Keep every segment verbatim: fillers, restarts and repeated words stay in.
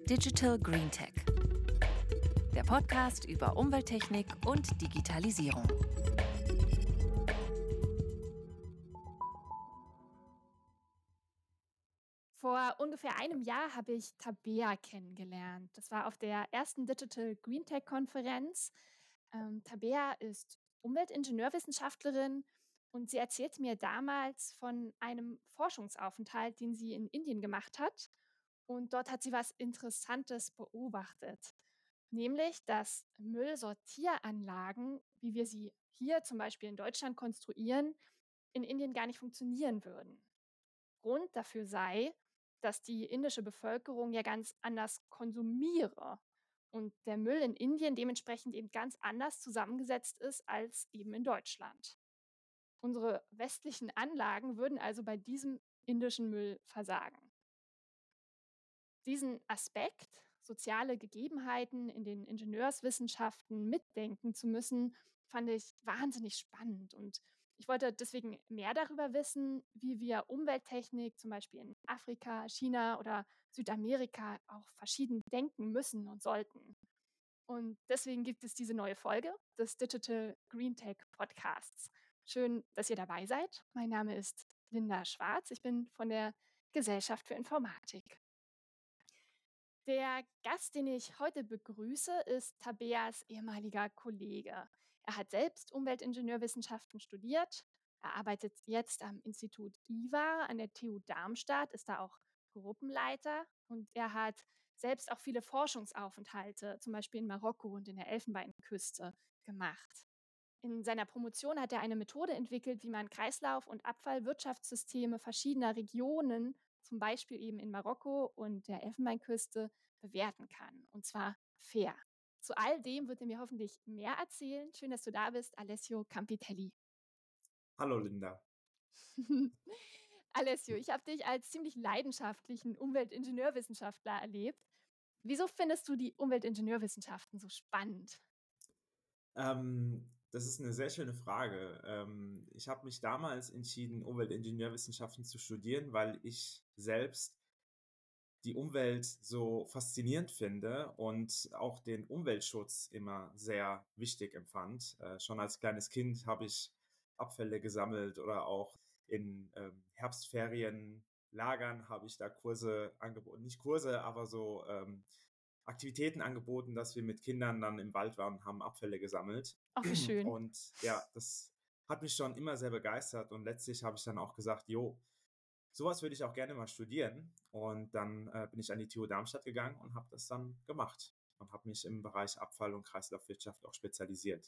Digital Green Tech, der Podcast über Umwelttechnik und Digitalisierung. Vor ungefähr einem Jahr habe ich Tabea kennengelernt. Das war auf der ersten Digital Green Tech Konferenz. Ähm, Tabea ist Umweltingenieurwissenschaftlerin und sie erzählte mir damals von einem Forschungsaufenthalt, den sie in Indien gemacht hat. Und dort hat sie was Interessantes beobachtet, nämlich dass Müllsortieranlagen, wie wir sie hier zum Beispiel in Deutschland konstruieren, in Indien gar nicht funktionieren würden. Grund dafür sei, dass die indische Bevölkerung ja ganz anders konsumiere und der Müll in Indien dementsprechend eben ganz anders zusammengesetzt ist als eben in Deutschland. Unsere westlichen Anlagen würden also bei diesem indischen Müll versagen. Diesen Aspekt, soziale Gegebenheiten in den Ingenieurswissenschaften mitdenken zu müssen, fand ich wahnsinnig spannend. Und ich wollte deswegen mehr darüber wissen, wie wir Umwelttechnik zum Beispiel in Afrika, China oder Südamerika auch verschieden denken müssen und sollten. Und deswegen gibt es diese neue Folge des Digital Green Tech Podcasts. Schön, dass ihr dabei seid. Mein Name ist Linda Schwarz. Ich bin von der Gesellschaft für Informatik. Der Gast, den ich heute begrüße, ist Tabeas ehemaliger Kollege. Er hat selbst Umweltingenieurwissenschaften studiert. Er arbeitet jetzt am Institut I W A an der T U Darmstadt, ist da auch Gruppenleiter und er hat selbst auch viele Forschungsaufenthalte, zum Beispiel in Marokko und in der Elfenbeinküste, gemacht. In seiner Promotion hat er eine Methode entwickelt, wie man Kreislauf- und Abfallwirtschaftssysteme verschiedener Regionen, zum Beispiel eben in Marokko und der Elfenbeinküste, bewerten kann. Und zwar fair. Zu all dem wird er mir hoffentlich mehr erzählen. Schön, dass du da bist, Alessio Campitelli. Hallo Linda. Alessio, ich habe dich als ziemlich leidenschaftlichen Umweltingenieurwissenschaftler erlebt. Wieso findest du die Umweltingenieurwissenschaften so spannend? Ähm, das ist eine sehr schöne Frage. Ähm, ich habe mich damals entschieden, Umweltingenieurwissenschaften zu studieren, weil ich selbst die Umwelt so faszinierend finde und auch den Umweltschutz immer sehr wichtig empfand. Äh, schon als kleines Kind habe ich Abfälle gesammelt oder auch in ähm, Herbstferienlagern habe ich da Kurse angeboten. Nicht Kurse, aber so ähm, Aktivitäten angeboten, dass wir mit Kindern dann im Wald waren und haben Abfälle gesammelt. Ach, wie schön. Und ja, das hat mich schon immer sehr begeistert und letztlich habe ich dann auch gesagt, jo, sowas würde ich auch gerne mal studieren. Und dann äh, bin ich an die T U Darmstadt gegangen und habe das dann gemacht und habe mich im Bereich Abfall- und Kreislaufwirtschaft auch spezialisiert.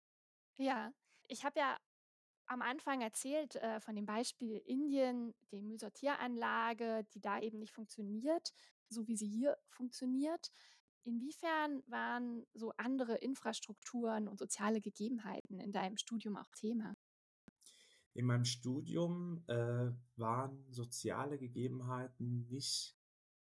Ja, ich habe ja am Anfang erzählt äh, von dem Beispiel Indien, die Müllsortieranlage, die da eben nicht funktioniert, so wie sie hier funktioniert. Inwiefern waren so andere Infrastrukturen und soziale Gegebenheiten in deinem Studium auch Thema? In meinem Studium äh, waren soziale Gegebenheiten nicht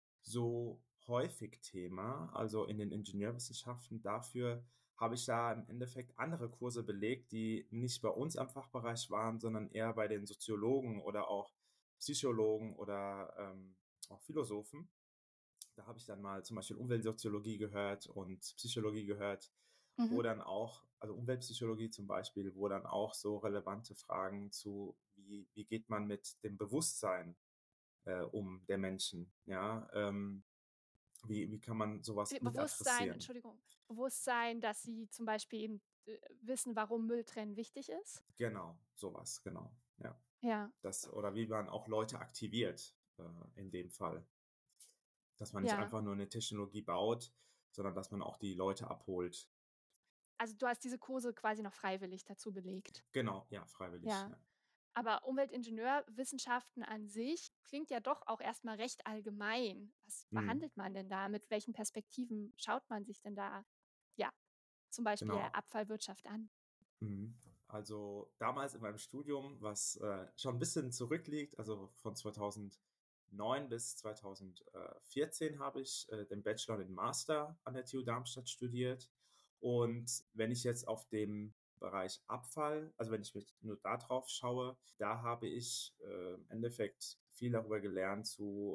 so häufig Thema, also in den Ingenieurwissenschaften. Dafür habe ich da im Endeffekt andere Kurse belegt, die nicht bei uns am Fachbereich waren, sondern eher bei den Soziologen oder auch Psychologen oder ähm, auch Philosophen. Da habe ich dann mal zum Beispiel Umweltsoziologie gehört und Psychologie gehört, wo Mhm. dann auch, also Umweltpsychologie zum Beispiel, wo dann auch so relevante Fragen zu, wie, wie geht man mit dem Bewusstsein äh, um der Menschen, ja, ähm, wie, wie kann man sowas Äh, mit Bewusstsein, adressieren? Entschuldigung, Bewusstsein, dass sie zum Beispiel eben äh, wissen, warum Müll trennen wichtig ist. Genau, sowas, genau, ja. Ja, Das, oder wie man auch Leute aktiviert, äh, in dem Fall. Dass man nicht ja. einfach nur eine Technologie baut, sondern dass man auch die Leute abholt. Also du hast diese Kurse quasi noch freiwillig dazu belegt. Genau, ja, freiwillig, Ja. ja. Aber Umweltingenieurwissenschaften an sich klingt ja doch auch erstmal recht allgemein. Was Mhm, behandelt man denn da? Mit welchen Perspektiven schaut man sich denn da, ja, zum Beispiel genau. Abfallwirtschaft an? Mhm. Also damals in meinem Studium, was äh, schon ein bisschen zurückliegt, also von zweitausendneun bis zweitausendvierzehn habe ich äh, den Bachelor und den Master an der T U Darmstadt studiert. Und wenn ich jetzt auf dem Bereich Abfall, also wenn ich mich nur da drauf schaue, da habe ich äh, im Endeffekt viel darüber gelernt, zu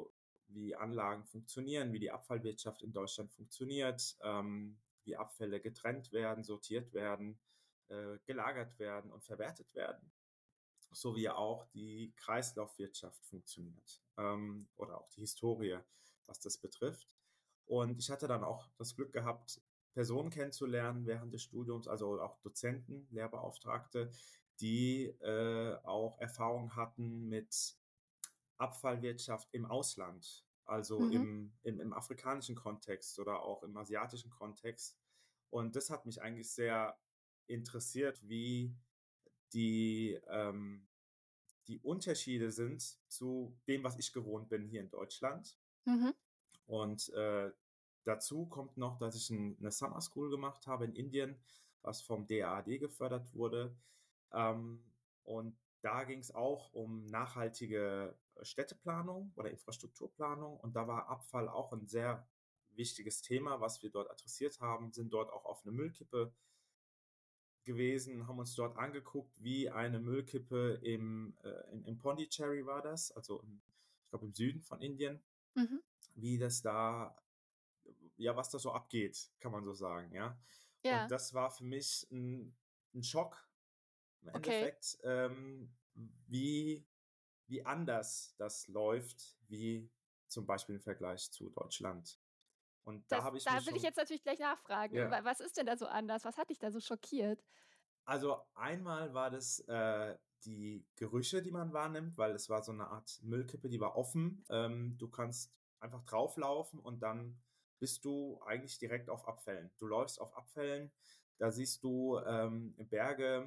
wie Anlagen funktionieren, wie die Abfallwirtschaft in Deutschland funktioniert, ähm, wie Abfälle getrennt werden, sortiert werden, äh, gelagert werden und verwertet werden, sowie auch die Kreislaufwirtschaft funktioniert, ähm, oder auch die Historie, was das betrifft. Und ich hatte dann auch das Glück gehabt, Personen kennenzulernen während des Studiums, also auch Dozenten, Lehrbeauftragte, die äh, auch Erfahrung hatten mit Abfallwirtschaft im Ausland, also Mhm. im, im, im afrikanischen Kontext oder auch im asiatischen Kontext. Und das hat mich eigentlich sehr interessiert, wie die, ähm, die Unterschiede sind zu dem, was ich gewohnt bin hier in Deutschland. Mhm. Und äh, dazu kommt noch, dass ich ein, eine Summer School gemacht habe in Indien, was vom D A A D gefördert wurde. Ähm, und da ging es auch um nachhaltige Städteplanung oder Infrastrukturplanung. Und da war Abfall auch ein sehr wichtiges Thema, was wir dort adressiert haben, sind dort auch auf eine Müllkippe gewesen, haben uns dort angeguckt, wie eine Müllkippe im, äh, in, in Pondicherry war das, also im, ich glaube im Süden von Indien, Mhm. wie das da, ja, was da so abgeht, kann man so sagen, ja. Und Ja, das war für mich ein, ein Schock im okay. Endeffekt, ähm, wie, wie anders das läuft, wie zum Beispiel im Vergleich zu Deutschland. Und da Das habe ich mich da will ich schon, jetzt natürlich gleich nachfragen. ja, Wa was ist denn da so anders? Was hat dich da so schockiert? also einmal war das äh, die Gerüche, die man wahrnimmt, weil es war so eine Art Müllkippe, die war offen. Ähm, du kannst einfach drauflaufen und dann bist du eigentlich direkt auf Abfällen. Du läufst auf Abfällen, da siehst du ähm, Berge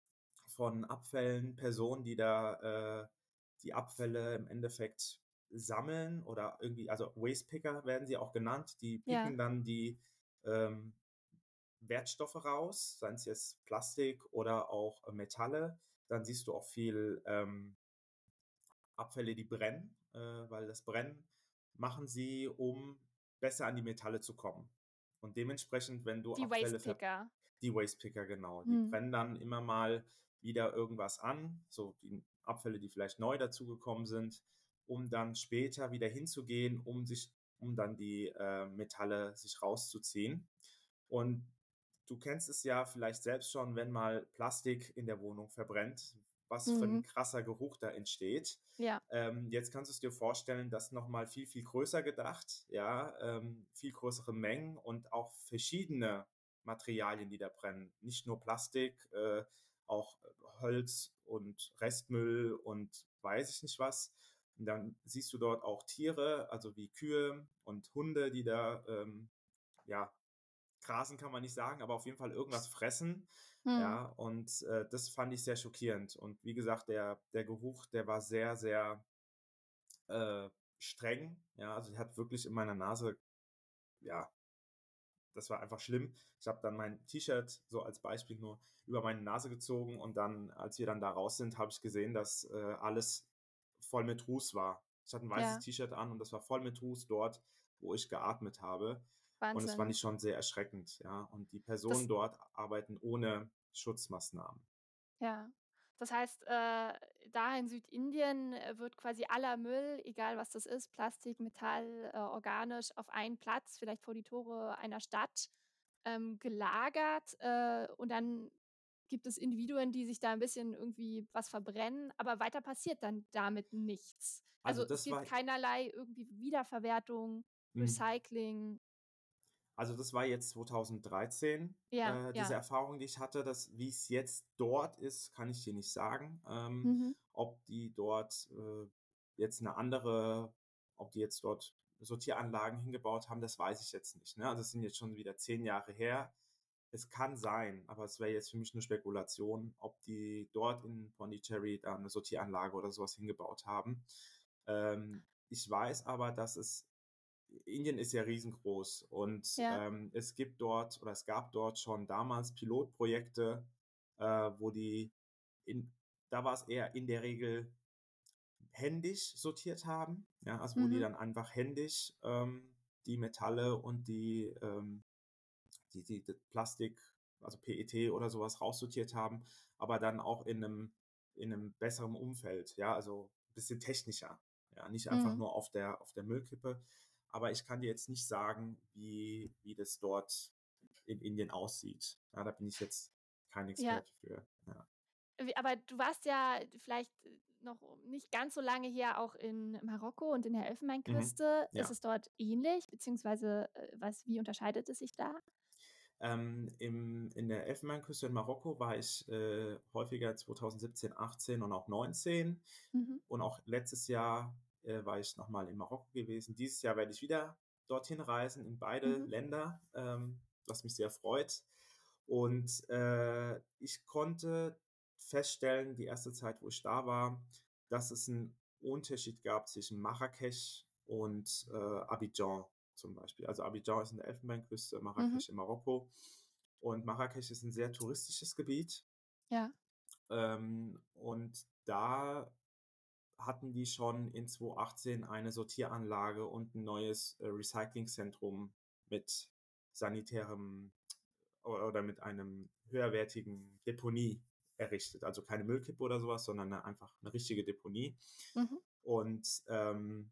von Abfällen, Personen, die da äh, die Abfälle im Endeffekt sammeln oder irgendwie, also Waste Picker werden sie auch genannt, die Ja, picken dann die ähm, Wertstoffe raus, seien es jetzt Plastik oder auch äh, Metalle. Dann siehst du auch viel ähm, Abfälle, die brennen, äh, weil das Brennen machen sie, um besser an die Metalle zu kommen. Und dementsprechend, wenn du die Abfälle ver Wastepicker. die Wastepicker, genau, die Mhm. brennen dann immer mal wieder irgendwas an, so die Abfälle, die vielleicht neu dazugekommen sind, um dann später wieder hinzugehen, um sich, um dann die äh, Metalle sich rauszuziehen. Und du kennst es ja vielleicht selbst schon, wenn mal Plastik in der Wohnung verbrennt, was für ein Mhm. krasser Geruch da entsteht. Ja, Ähm, jetzt kannst du es dir vorstellen, das noch mal viel, viel größer gedacht, ja, ähm, viel größere Mengen und auch verschiedene Materialien, die da brennen. Nicht nur Plastik, äh, auch Holz und Restmüll und weiß ich nicht was. Und dann siehst du dort auch Tiere, also wie Kühe und Hunde, die da ähm, ja, grasen kann man nicht sagen, aber auf jeden Fall irgendwas fressen. mhm. Ja, und äh, das fand ich sehr schockierend. Und wie gesagt, der, der Geruch, der war sehr, sehr äh, streng. Ja, also der hat wirklich in meiner Nase, ja, das war einfach schlimm. Ich habe dann mein T-Shirt so als Beispiel nur über meine Nase gezogen und dann, als wir dann da raus sind, habe ich gesehen, dass äh, alles voll mit Ruß war. Ich hatte ein weißes Ja, T-Shirt an und das war voll mit Ruß dort, wo ich geatmet habe. Und es fand Wahnsinn. ich schon sehr erschreckend, ja. Und die Personen Das dort arbeiten ohne Schutzmaßnahmen. Ja. Das heißt, äh, da in Südindien, äh, wird quasi aller Müll, egal was das ist, Plastik, Metall, äh, organisch, auf einen Platz, vielleicht vor die Tore einer Stadt, ähm, gelagert, äh, und dann gibt es Individuen, die sich da ein bisschen irgendwie was verbrennen, aber weiter passiert dann damit nichts. Also Also, es das gibt war, keinerlei irgendwie Wiederverwertung, hm, Recycling. Also das war jetzt zweitausenddreizehn, Ja, äh, diese ja. Erfahrung, die ich hatte. Das, wie es jetzt dort ist, kann ich dir nicht sagen. Ähm, Mhm. ob die dort äh, jetzt eine andere, ob die jetzt dort Sortieranlagen hingebaut haben, das weiß ich jetzt nicht. Ne? Also es sind jetzt schon wieder zehn Jahre her. Es kann sein, aber es wäre jetzt für mich nur Spekulation, ob die dort in Pondicherry da eine Sortieranlage oder sowas hingebaut haben. Ähm, ich weiß aber, dass es Indien ist ja riesengroß und Ja. ähm, es gibt dort oder es gab dort schon damals Pilotprojekte, äh, wo die in, da war es eher in der Regel händisch sortiert haben, ja, also wo die Mhm. dann einfach händisch ähm, die Metalle und die, ähm, die, die, die Plastik, also P E T oder sowas raussortiert haben, aber dann auch in einem, in einem besseren Umfeld, ja, also ein bisschen technischer. Ja, nicht einfach Mhm. nur auf der, auf der Müllkippe. Aber ich kann dir jetzt nicht sagen, wie, wie das dort in Indien aussieht. Ja, da bin ich jetzt kein Ja. Experte für. Ja. Wie aber du warst ja vielleicht, äh, noch nicht ganz so lange hier auch in Marokko und in der Mhm. Elfenbeinküste. Ist Ja. es dort ähnlich, beziehungsweise, äh, was wie unterscheidet es sich da? Ähm, im, in der Elfenbeinküste in Marokko war ich äh, häufiger zwanzig siebzehn, achtzehn und auch neunzehn. Mhm. Und auch letztes Jahr äh, war ich nochmal in Marokko gewesen. Dieses Jahr werde ich wieder dorthin reisen, in beide Mhm. Länder, ähm, was mich sehr freut. Und äh, ich konnte feststellen, die erste Zeit, wo ich da war, dass es einen Unterschied gab zwischen Marrakesch und äh, Abidjan zum Beispiel. Also Abidjan ist in der Elfenbeinküste, Mhm. Marrakesch in Marokko. Und Marrakesch ist ein sehr touristisches Gebiet. Ja. Ähm, und da hatten die schon in zwanzig achtzehn eine Sortieranlage und ein neues äh, Recyclingzentrum mit sanitärem oder mit einem höherwertigen Deponie errichtet. Also keine Müllkippe oder sowas, sondern eine, einfach eine richtige Deponie. Mhm. Und ähm,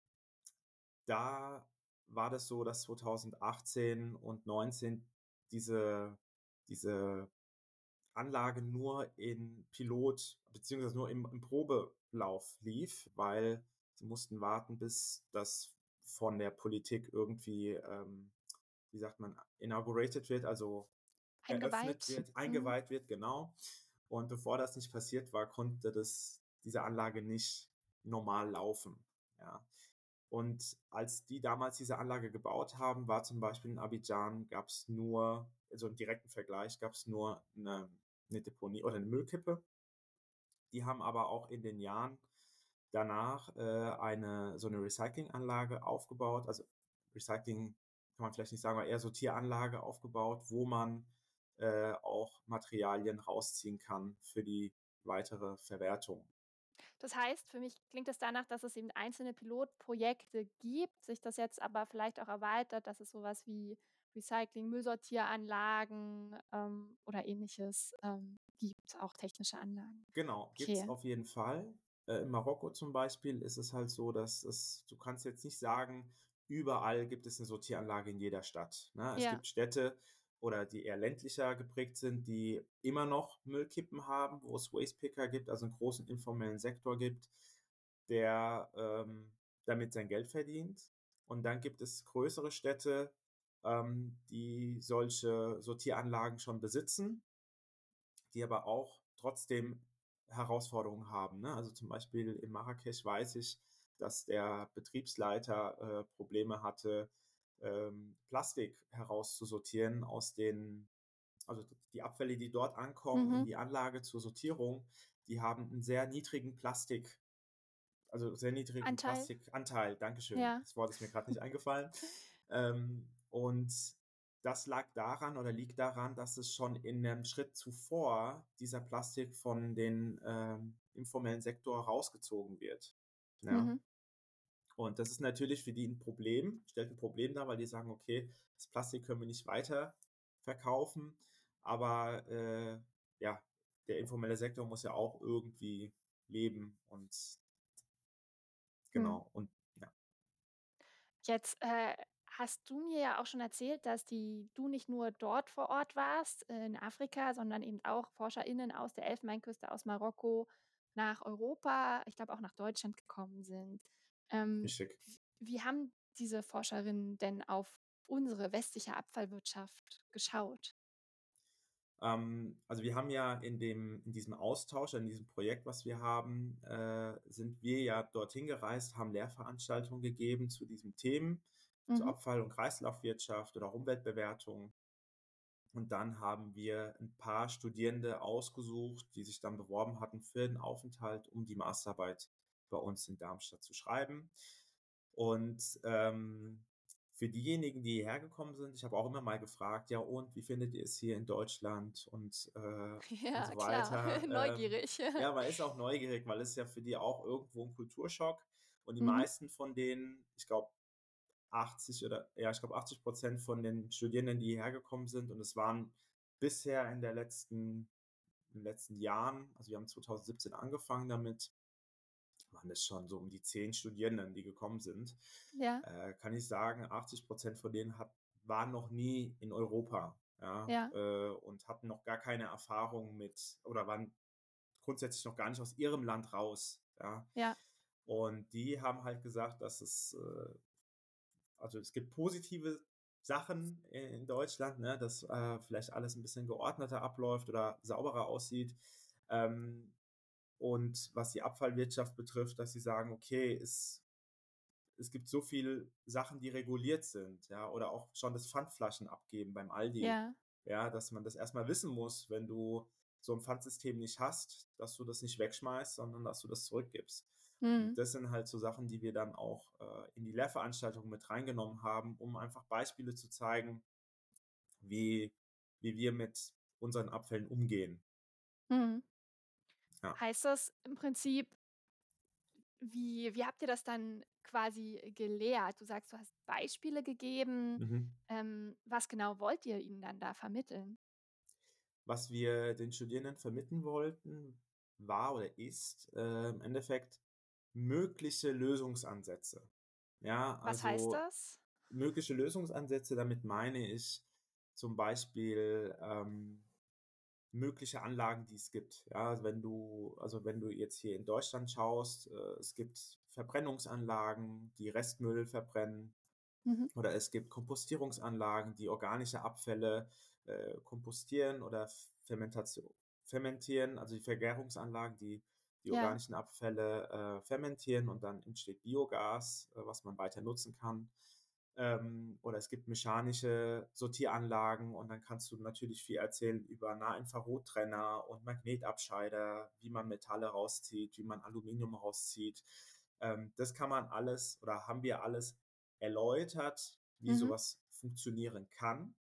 da war das so, dass zwanzig achtzehn und neunzehn diese, diese Anlage nur in Pilot beziehungsweise nur im, im Probelauf lief, weil sie mussten warten, bis das von der Politik irgendwie, ähm, wie sagt man, inaugurated wird, also eröffnet Eingeweiht? wird, Mhm. eingeweiht wird, genau. Und bevor das nicht passiert war, konnte das, diese Anlage nicht normal laufen. Ja. Und als die damals diese Anlage gebaut haben, war zum Beispiel in Abidjan, gab es nur, also im direkten Vergleich, gab es nur eine, eine Deponie oder eine Müllkippe. Die haben aber auch in den Jahren danach äh, eine so eine Recyclinganlage aufgebaut. Also Recycling kann man vielleicht nicht sagen, aber eher Sortieranlage aufgebaut, wo man äh, auch Materialien rausziehen kann für die weitere Verwertung. Das heißt, für mich klingt es danach, dass es eben einzelne Pilotprojekte gibt, sich das jetzt aber vielleicht auch erweitert, dass es sowas wie Recycling, Müllsortieranlagen, ähm, oder Ähnliches, ähm, gibt, auch technische Anlagen. Genau, gibt's Okay. auf jeden Fall. Äh, in Marokko zum Beispiel ist es halt so, dass es, du kannst jetzt nicht sagen, überall gibt es eine Sortieranlage in jeder Stadt. Ne? Es Ja. gibt Städte oder die eher ländlicher geprägt sind, die immer noch Müllkippen haben, wo es Wastepicker gibt, also einen großen informellen Sektor gibt, der ähm, damit sein Geld verdient. Und dann gibt es größere Städte, ähm, die solche Sortieranlagen schon besitzen, die aber auch trotzdem Herausforderungen haben. Ne? Also zum Beispiel in Marrakesch weiß ich, dass der Betriebsleiter äh, Probleme hatte, ähm, Plastik herauszusortieren aus den, also die Abfälle, die dort ankommen in Mhm. die Anlage zur Sortierung, die haben einen sehr niedrigen Plastik, also sehr niedrigen Anteil? Plastikanteil. Dankeschön. Ja. Das Wort ist mir gerade nicht eingefallen. Ähm, und das lag daran oder liegt daran, dass es schon in einem Schritt zuvor dieser Plastik von den ähm, informellen Sektor rausgezogen wird. Ja. Mhm. Und das ist natürlich für die ein Problem, stellt ein Problem dar, weil die sagen, okay, das Plastik können wir nicht weiter verkaufen, aber äh, ja, der informelle Sektor muss ja auch irgendwie leben und Mhm. genau. Und ja, Jetzt, äh, hast du mir ja auch schon erzählt, dass die du nicht nur dort vor Ort warst, äh, in Afrika, sondern eben auch ForscherInnen aus der Elfenbeinküste, aus Marokko nach Europa, ich glaube auch nach Deutschland gekommen sind. Ähm, richtig. w wie haben diese Forscherinnen denn auf unsere westliche Abfallwirtschaft geschaut? Ähm, also wir haben ja in dem, in diesem Austausch, in diesem Projekt, was wir haben, äh, sind wir ja dorthin gereist, haben Lehrveranstaltungen gegeben zu diesen Themen, zu Mhm. Abfall- und Kreislaufwirtschaft oder auch Umweltbewertung. Und dann haben wir ein paar Studierende ausgesucht, die sich dann beworben hatten für den Aufenthalt, um die Masterarbeit bei uns in Darmstadt zu schreiben. Und ähm, für diejenigen, die hierher gekommen sind, ich habe auch immer mal gefragt, ja und, wie findet ihr es hier in Deutschland und, äh, und Ja, so klar, weiter. Ähm, neugierig. ja, man ist auch neugierig, weil es ja für die auch irgendwo ein Kulturschock. Und die Mhm. meisten von denen, ich glaube, achtzig oder ja, ich glaube achtzig Prozent von den Studierenden, die hierher gekommen sind, und es waren bisher in der letzten, in den letzten Jahren, also wir haben zwanzig siebzehn angefangen damit, waren das schon so um die zehn Studierenden, die gekommen sind, Ja, äh, kann ich sagen, achtzig Prozent von denen hat waren noch nie in Europa, ja, ja, äh, und hatten noch gar keine Erfahrung mit oder waren grundsätzlich noch gar nicht aus ihrem Land raus, ja. ja, Und die haben halt gesagt, dass es, äh also, es gibt positive Sachen i in Deutschland, ne, dass, äh, vielleicht alles ein bisschen geordneter abläuft oder sauberer aussieht. Ähm, und was die Abfallwirtschaft betrifft, dass sie sagen: „Okay, es es gibt so viel Sachen, die reguliert sind, ja, oder auch schon das Pfandflaschen abgeben beim Aldi, ja. ja, dass man das erstmal wissen muss, wenn du so ein Pfandsystem nicht hast, dass du das nicht wegschmeißt, sondern dass du das zurückgibst. Und Mhm. das sind halt so Sachen, die wir dann auch, äh, in die Lehrveranstaltung mit reingenommen haben, um einfach Beispiele zu zeigen, wie wie wir mit unseren Abfällen umgehen. Mhm. Ja. Heißt das im Prinzip, wie wie habt ihr das dann quasi gelehrt? Du sagst, du hast Beispiele gegeben. Mhm. Ähm, was genau wollt ihr ihnen dann da vermitteln? Was wir den Studierenden vermitteln wollten, war oder ist, äh, im Endeffekt mögliche Lösungsansätze. Ja, Was heißt also das? mögliche Lösungsansätze, damit meine ich zum Beispiel, ähm, mögliche Anlagen, die es gibt. Ja, also wenn du also wenn du jetzt hier in Deutschland schaust, äh, es gibt Verbrennungsanlagen, die Restmüll verbrennen. Mhm. Oder es gibt Kompostierungsanlagen, die organische Abfälle, äh, kompostieren oder Fermentation fermentieren, also die Vergärungsanlagen, die die Ja, organischen Abfälle, äh, fermentieren und dann entsteht Biogas, äh, was man weiter nutzen kann. Ähm, oder es gibt mechanische Sortieranlagen und dann kannst du natürlich viel erzählen über Nahinfrarottrenner und Magnetabscheider, wie man Metalle rauszieht, wie man Aluminium rauszieht. Ähm, das kann man alles oder haben wir alles erläutert, wie mhm, sowas funktionieren kann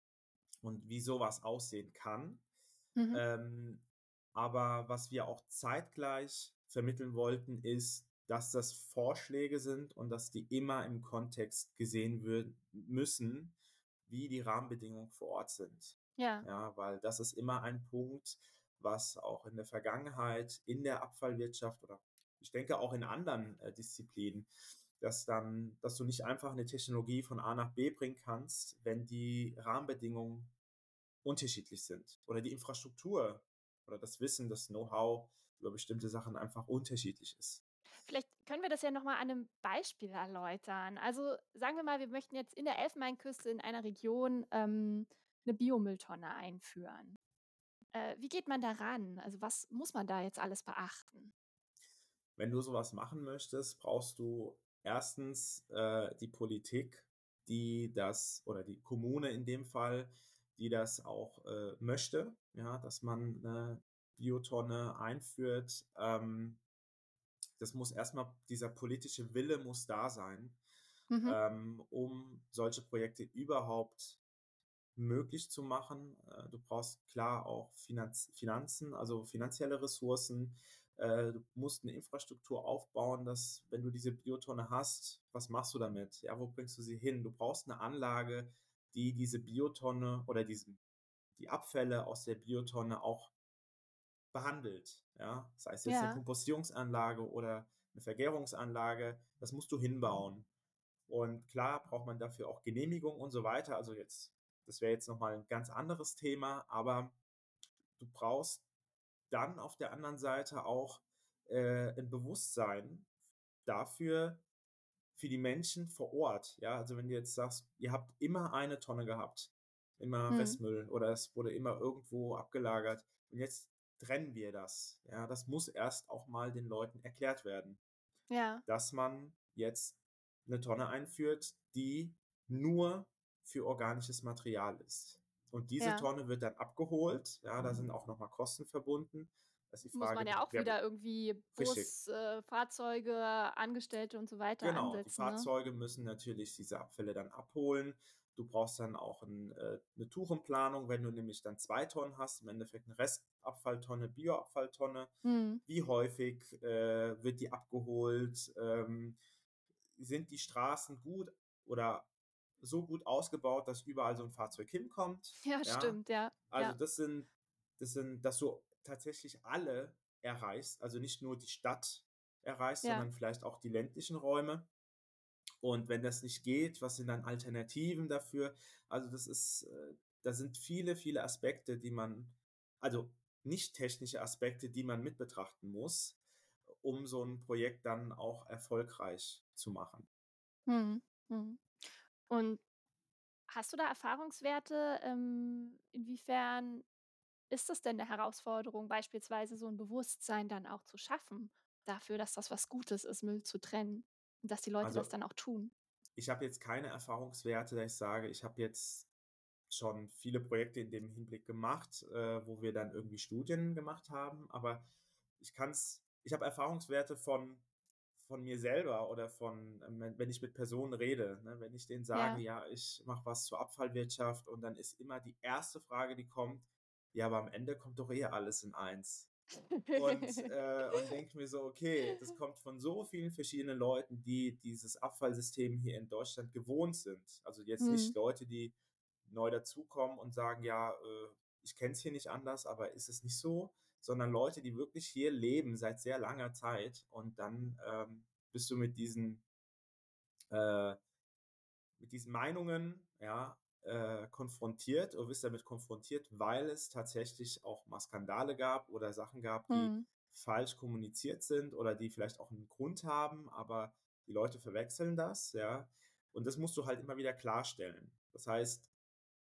und wie sowas aussehen kann. mhm, Ähm, aber was wir auch zeitgleich vermitteln wollten, ist, dass das Vorschläge sind und dass die immer im Kontext gesehen würden müssen, wie die Rahmenbedingungen vor Ort sind. ja, Ja, weil das ist immer ein Punkt, was auch in der Vergangenheit in der Abfallwirtschaft oder ich denke auch in anderen äh, Disziplinen, dass dann, dass du nicht einfach eine Technologie von A nach B bringen kannst, wenn die Rahmenbedingungen unterschiedlich sind oder die Infrastruktur oder das Wissen, das Know-how über bestimmte Sachen einfach unterschiedlich ist. Vielleicht können wir das ja noch mal an 'nem Beispiel erläutern. Also, sagen wir mal, wir möchten jetzt in der Elfenbeinküste in einer Region, ähm, 'ne Biomülltonne einführen. Äh, wie geht man da ran? Also, was muss man da jetzt alles beachten? Wenn du sowas machen möchtest, brauchst du erstens äh, die Politik, die das oder die Kommune in dem Fall, die das auch äh, möchte, ja, dass man eine Biotonne einführt. Ähm, das muss erstmal, dieser politische Wille muss da sein, Mhm, ähm, um solche Projekte überhaupt möglich zu machen. Äh, du brauchst klar auch Finanz Finanzen, also finanzielle Ressourcen. Äh, du musst eine Infrastruktur aufbauen, dass, wenn du diese Biotonne hast, was machst du damit? Ja, wo bringst du sie hin? Du brauchst eine Anlage, die diese Biotonne oder diesen die Abfälle aus der Biotonne auch behandelt, ja? Sei es jetzt eine ja, Kompostierungsanlage oder eine Vergärungsanlage, das musst du hinbauen. Und klar braucht man dafür auch Genehmigung und so weiter. Also jetzt, das wäre jetzt nochmal ein ganz anderes Thema, aber du brauchst dann auf der anderen Seite auch äh, ein Bewusstsein dafür, für die Menschen vor Ort. Ja, also wenn du jetzt sagst, ihr habt immer eine Tonne gehabt, immer mhm, Restmüll oder es wurde immer irgendwo abgelagert und jetzt trennen wir das. Ja, das muss erst auch mal den Leuten erklärt werden, ja, dass man jetzt eine Tonne einführt, die nur für organisches Material ist. Und diese ja. Tonne wird dann abgeholt. Ja, da sind auch noch mal Kosten verbunden. Das ist die Muss man Frage, ja auch wer wieder irgendwie richtig. Bus, äh, Fahrzeuge, Angestellte und so weiter Genau, die ansetzen, ne? Fahrzeuge müssen natürlich diese Abfälle dann abholen. Du brauchst dann auch 'n äh, 'ne Tourenplanung, wenn du nämlich dann zwei Tonnen hast, im Endeffekt eine Restabfalltonne, Bioabfalltonne. Mhm. Wie häufig, äh, wird die abgeholt? Ähm, sind die Straßen gut oder so gut ausgebaut, dass überall so ein Fahrzeug hinkommt, Ja, ja? stimmt, ja, Also, ja, das sind das sind dass du tatsächlich alle erreichst, also nicht nur die Stadt, erreichst, Ja. sondern vielleicht auch die ländlichen Räume. Und wenn das nicht geht, was sind dann Alternativen dafür? Also, das ist äh, da sind viele, viele Aspekte, die man also, nicht technische Aspekte, die man mit betrachten muss, um so 'n Projekt dann auch erfolgreich zu machen. Mhm. Mhm. Und hast du da Erfahrungswerte? Ähm, inwiefern ist es denn 'ne Herausforderung, beispielsweise so 'n Bewusstsein dann auch zu schaffen dafür, dass das was Gutes ist, Müll zu trennen und dass die Leute das Also, dann auch tun? ich habe jetzt keine Erfahrungswerte, dass ich sage, ich habe jetzt schon viele Projekte in dem Hinblick gemacht, äh, wo wir dann irgendwie Studien gemacht haben, aber ich kann's ich habe Erfahrungswerte von von mir selber oder von, ähm, wenn wenn ich mit Personen rede, ne? Wenn ich denen sage: Ja. „Ja, ich mache was zur Abfallwirtschaft“, und dann ist immer die erste Frage, die kommt: „Ja, aber am Ende kommt doch eh alles in eins.“ Und äh, und denke mir so: „Okay, das kommt von so vielen verschiedenen Leuten, die dieses Abfallsystem hier in Deutschland gewohnt sind.“ Also, jetzt nicht Mhm. Leute, die neu dazukommen und sagen: „Ja, äh, ich kenne es hier nicht anders, aber ist es nicht so?“ Sondern Leute, die wirklich hier leben seit sehr langer Zeit und dann, ähm, bist du mit diesen äh mit diesen Meinungen, ja, äh, konfrontiert oder wirst damit konfrontiert, weil es tatsächlich auch mal Skandale gab oder Sachen gab, die Mhm. falsch kommuniziert sind oder die vielleicht auch 'n Grund haben, aber die Leute verwechseln das, ja? Und das musst du halt immer wieder klarstellen. Das heißt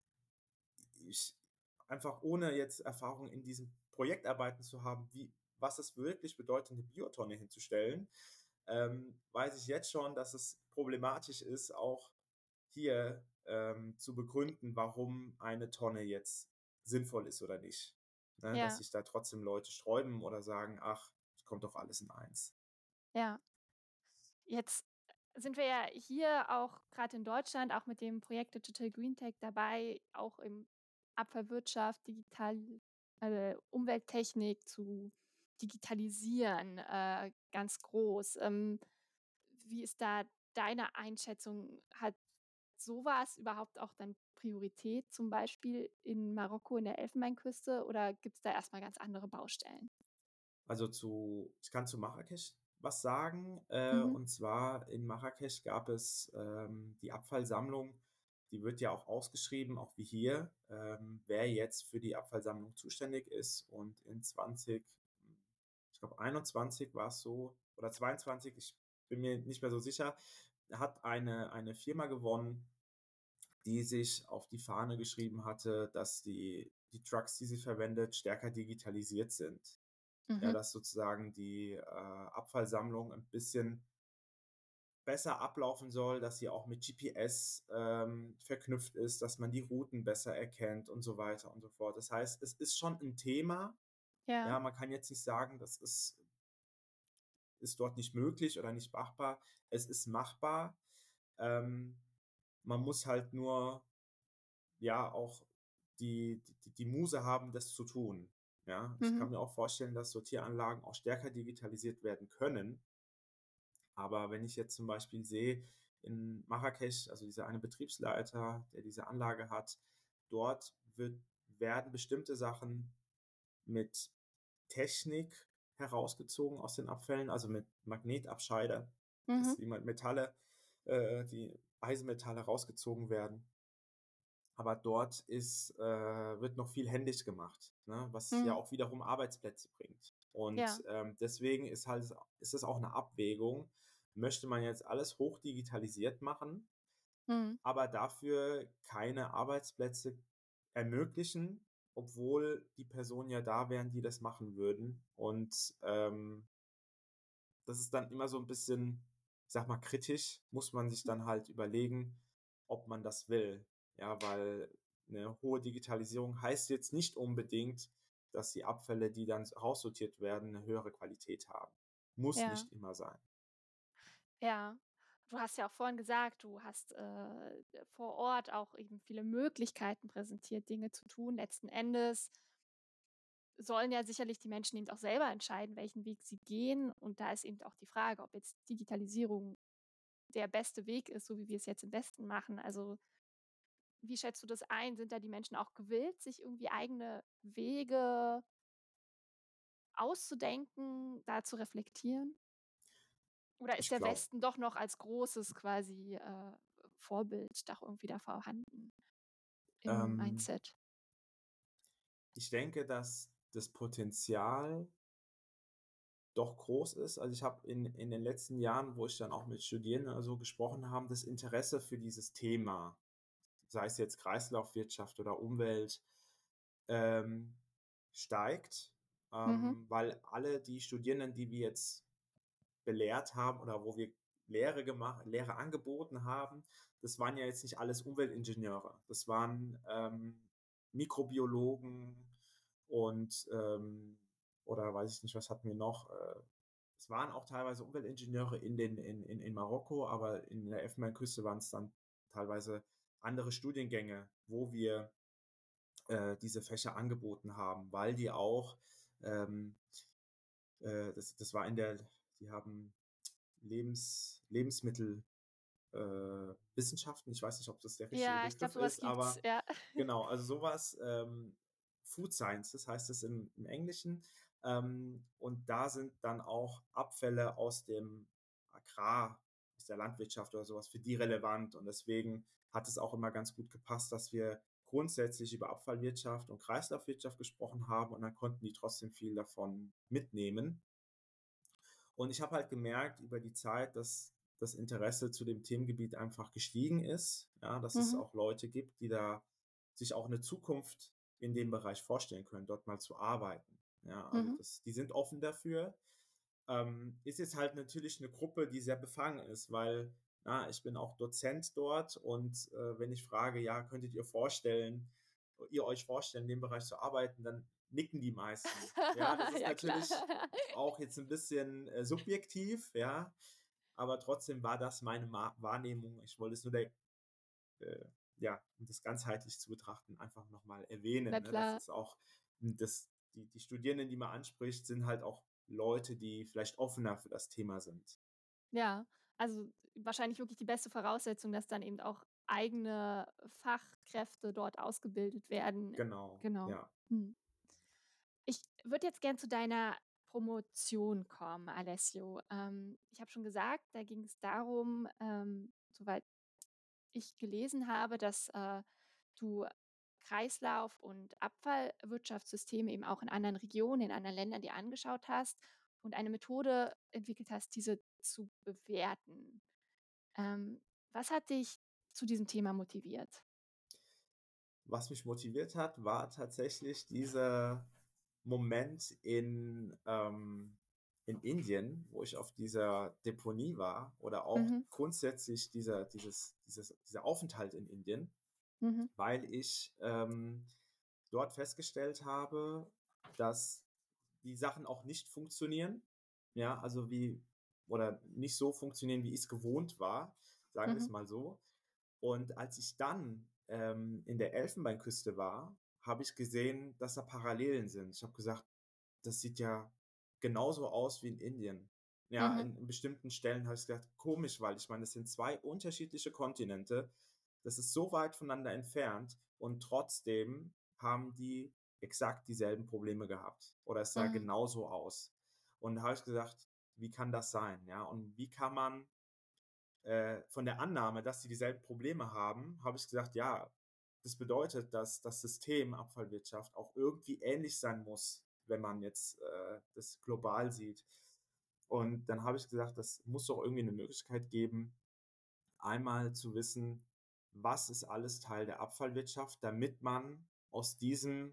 ich einfach ohne jetzt Erfahrung in diesen Projektarbeiten zu haben, wie was es wirklich bedeutet, 'ne Biotonne hinzustellen, ähm, weiß ich jetzt schon, dass es problematisch ist, auch hier, ähm, zu begründen, warum eine Tonne jetzt sinnvoll ist oder nicht, ne? Dass Ja. sich da trotzdem Leute sträuben oder sagen: „Ach, es kommt doch alles in eins.“ Ja. Jetzt sind wir ja hier auch grad in Deutschland auch mit dem Projekt Digital Green Tech dabei, auch im Abfallwirtschaft, digital äh, Umwelttechnik zu digitalisieren, äh, ganz groß. Ähm, wie ist da deine Einschätzung? Hat so was überhaupt auch dann Priorität, zum Beispiel in Marokko in der Elfenbeinküste, oder gibt's da erst mal ganz andere Baustellen? Also, zu ich kann zu Marrakesch was sagen. Äh, Mhm. und zwar in Marrakesch gab es, ähm, die Abfallsammlung, die wird ja auch ausgeschrieben, auch wie hier, ähm, wer jetzt für die Abfallsammlung zuständig ist. Und in zwanzig ich glaube einundzwanzig war's so oder zweiundzwanzig, ich bin mir nicht mehr so sicher, hat eine eine Firma gewonnen, die sich auf die Fahne geschrieben hatte, dass die die Trucks, die sie verwendet, stärker digitalisiert sind. Ja, Mhm. dass sozusagen die, äh, Abfallsammlung 'n bisschen besser ablaufen soll, dass sie auch mit GPS, ähm, verknüpft ist, dass man die Routen besser erkennt und so weiter und so fort. Das heißt, es ist schon 'n Thema. Ja. Ja, man kann jetzt nicht sagen, das ist ist dort nicht möglich oder nicht machbar. Es ist machbar. Ähm, man muss halt nur, ja, auch die die die Muße haben, das zu tun, ja? Ich kann Mhm. mir auch vorstellen, dass Sortieranlagen auch stärker digitalisiert werden können. Aber wenn ich jetzt zum Beispiel sehe, in Marrakesch, also dieser eine Betriebsleiter, der diese Anlage hat, dort wird werden bestimmte Sachen mit Technik herausgezogen aus den Abfällen, also mit Magnetabscheider, dass Mhm. die Me Metalle äh, die Eisenmetalle rausgezogen werden. Aber dort ist äh, wird noch viel händisch gemacht, ne, was ja Mhm. auch wiederum Arbeitsplätze bringt. Ja. Und, ähm, deswegen ist halt ist es auch 'ne Abwägung. Möchte man jetzt alles hochdigitalisiert machen Mhm. aber dafür keine Arbeitsplätze ermöglichen, obwohl die Personen ja da wären, die das machen würden. Und, ähm das ist dann immer so 'n bisschen, ich sage mal, kritisch, muss man sich dann halt überlegen, ob man das will. Ja, weil 'ne hohe Digitalisierung heißt jetzt nicht unbedingt, dass die Abfälle, die dann s raussortiert werden, 'ne höhere Qualität haben. Muss Ja. nicht immer sein. Ja. Du hast ja auch vorhin gesagt, du hast, äh, vor Ort auch eben viele Möglichkeiten präsentiert, Dinge zu tun. Letzten Endes sollen ja sicherlich die Menschen eben auch selber entscheiden, welchen Weg sie gehen. Und da ist eben auch die Frage, ob jetzt Digitalisierung der beste Weg ist, so wie wir es jetzt im Westen machen. Also wie schätzt du das ein? Sind da die Menschen auch gewillt, sich irgendwie eigene Wege auszudenken, da zu reflektieren? Oder ist Ich der glaube, Westen doch noch als großes quasi äh, Vorbild doch irgendwie da vorhanden im ähm, Mindset? ich denke, dass das Potenzial doch groß ist. Also, ich habe in in den letzten Jahren, wo ich dann auch mit Studierenden oder so gesprochen habe, das Interesse für dieses Thema, sei es jetzt Kreislaufwirtschaft oder Umwelt, ähm, steigt, Mhm. ähm, weil alle die Studierenden, die wir jetzt belehrt haben oder wo wir Lehre gemacht Lehre angeboten haben, das waren ja jetzt nicht alles Umweltingenieure. Das waren, ähm, Mikrobiologen und, ähm oder weiß ich nicht, was hatten wir noch? Äh, es waren auch teilweise Umweltingenieure in den in in in Marokko, aber in der Elfenbeinküste waren es dann teilweise andere Studiengänge, wo wir, äh, diese Fächer angeboten haben, weil die auch, ähm, äh das das war in der die haben Lebens Lebensmittel äh, Wissenschaften. Ich weiß nicht, ob das der richtige Ja, ich glaube, Begriff sowas ist, gibt's, aber ja. genau, also sowas, ähm, Food Sciences heißt es im im Englischen. Ähm, und da sind dann auch Abfälle aus dem Agrar aus der Landwirtschaft oder sowas für die relevant. Und deswegen hat es auch immer ganz gut gepasst, dass wir grundsätzlich über Abfallwirtschaft und Kreislaufwirtschaft gesprochen haben und dann konnten die trotzdem viel davon mitnehmen. Und ich habe halt gemerkt über die Zeit, dass das Interesse zu dem Themengebiet einfach gestiegen ist, ja, dass es Mhm. auch Leute gibt, die da sich auch eine Zukunft in dem Bereich vorstellen können, dort mal zu arbeiten. Ja, also Mhm. das die sind offen dafür. Ähm, ist jetzt halt natürlich eine Gruppe, die sehr befangen ist, weil, ja, ich bin auch Dozent dort und, äh, wenn ich frage: „Ja, könntet ihr vorstellen ihr euch vorstellen, in dem Bereich zu arbeiten?", dann nicken die meisten. Ja, das ist Ja, klar. natürlich auch jetzt ein bisschen, äh, subjektiv, ja, aber trotzdem war das meine Ma Wahrnehmung. Ich wollte es nur der äh, ja, um das ganzheitlich zu betrachten, einfach noch mal Na erwähnen, ne, dass klar. es auch hm, das die die Studierenden, die man anspricht, sind halt auch Leute, die vielleicht offener für das Thema sind. Ja, also wahrscheinlich wirklich die beste Voraussetzung, dass dann eben auch eigene Fachkräfte dort ausgebildet werden. Genau, Genau. ja. Mhm. Ich würde jetzt gern zu deiner Promotion kommen, Alessio. Ähm, ich habe schon gesagt, da ging es darum, ähm, soweit ich gelesen habe, dass äh, du Kreislauf- und Abfallwirtschaftssysteme eben auch in anderen Regionen, in anderen Ländern dir angeschaut hast und eine Methode entwickelt hast, diese zu bewerten. Ähm, Was hat dich zu diesem Thema motiviert? Was mich motiviert hat, war tatsächlich dieser Moment in, ähm in Indien, wo ich auf dieser Deponie war oder auch Mhm, grundsätzlich dieser dieses dieses dieser Aufenthalt in Indien, mhm, weil ich, ähm, dort festgestellt habe, dass die Sachen auch nicht funktionieren, ja, also wie oder nicht so funktionieren, wie ich es gewohnt war, sagen wir es mhm, mal so. Und als ich dann, ähm, in der Elfenbeinküste war, habe ich gesehen, dass da Parallelen sind. Ich habe gesagt: „Das sieht ja genauso aus wie in Indien." Ja, mhm, in in bestimmten Stellen habe ich gedacht: „Komisch", weil ich meine, das sind zwei unterschiedliche Kontinente. Das ist so weit voneinander entfernt und trotzdem haben die exakt dieselben Probleme gehabt oder es sah mhm, genauso aus. Und da habe ich gesagt: „Wie kann das sein?" Ja, und wie kann man äh, von der Annahme, dass sie dieselben Probleme haben, habe ich gesagt, ja, das bedeutet, dass das System Abfallwirtschaft auch irgendwie ähnlich sein muss, wenn man jetzt äh, das global sieht. Und dann habe ich gesagt, das muss doch irgendwie eine Möglichkeit geben, einmal zu wissen, was ist alles Teil der Abfallwirtschaft, damit man aus diesem,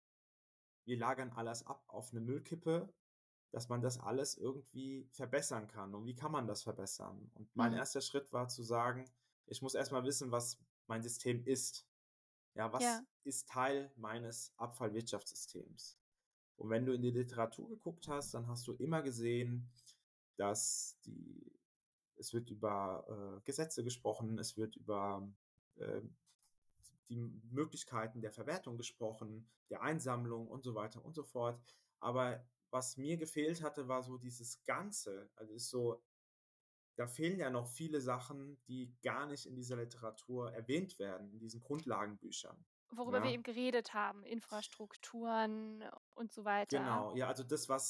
wir lagern alles ab auf eine Müllkippe, dass man das alles irgendwie verbessern kann. Und wie kann man das verbessern? Und mein mhm. erster Schritt war zu sagen, ich muss erst mal wissen, was mein System ist. Ja, Ja, was ist Teil meines Abfallwirtschaftssystems? Und wenn du in die Literatur geguckt hast, dann hast du immer gesehen, dass die es wird über, äh, Gesetze gesprochen, es wird über, ähm, die Möglichkeiten der Verwertung gesprochen, der Einsammlung und so weiter und so fort. Aber was mir gefehlt hatte, war so dieses Ganze. Also ist so, da fehlen ja noch viele Sachen, die gar nicht in dieser Literatur erwähnt werden, in diesen Grundlagenbüchern. worüber wir Ja, eben geredet haben, Infrastrukturen und so weiter. genau. Ja, also das, was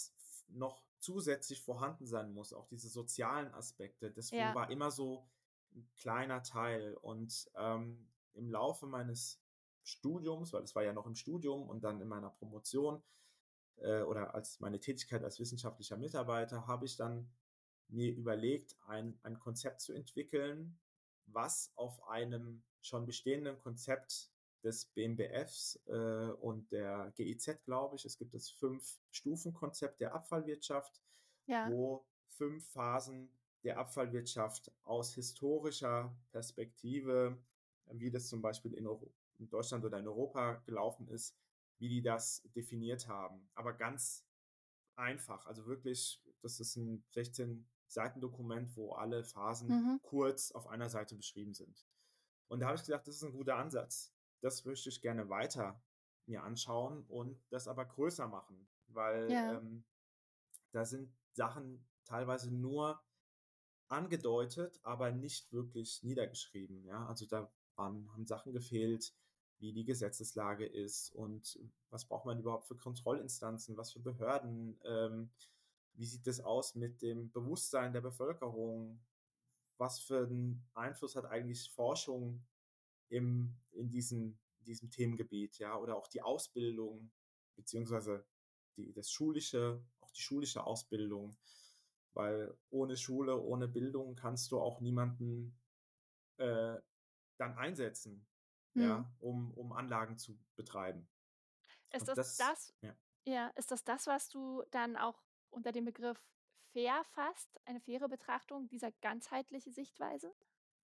noch zusätzlich vorhanden sein muss, auch diese sozialen Aspekte. Das Ja. war immer so ein kleiner Teil. Und ähm, im Laufe meines Studiums, weil es war ja noch im Studium und dann in meiner Promotion äh, oder als meine Tätigkeit als wissenschaftlicher Mitarbeiter, habe ich dann mir überlegt, ein, ein Konzept zu entwickeln, was auf einem schon bestehenden Konzept des B M B Fs äh, und der G I Z, glaube ich. Es gibt das Fünf-Stufen-Konzept der Abfallwirtschaft, Ja. wo fünf Phasen der Abfallwirtschaft aus historischer Perspektive, wie das zum Beispiel in, Euro in Deutschland oder in Europa gelaufen ist, wie die das definiert haben. Aber ganz einfach, also wirklich, das ist ein sechzehn Seiten Dokument, wo alle Phasen Mhm. kurz auf einer Seite beschrieben sind. Und da habe ich gedacht, das ist ein guter Ansatz. Das möchte ich gerne weiter mir anschauen und das aber größer machen, weil Ja. ähm, da sind Sachen teilweise nur angedeutet, aber nicht wirklich niedergeschrieben. Ja? Also da waren, haben Sachen gefehlt, wie die Gesetzeslage ist und was braucht man überhaupt für Kontrollinstanzen, was für Behörden, ähm, wie sieht es aus mit dem Bewusstsein der Bevölkerung, was für einen Einfluss hat eigentlich Forschung im, in diesem, diesem Themengebiet, ja, oder auch die Ausbildung, beziehungsweise die, das schulische, auch die schulische Ausbildung, weil ohne Schule, ohne Bildung kannst du auch niemanden äh, dann einsetzen, Mhm. ja, um, um Anlagen zu betreiben. Ist Und das das, das ja. ja, ist das das, was du dann auch unter dem Begriff fair fasst, eine faire Betrachtung dieser ganzheitliche Sichtweise?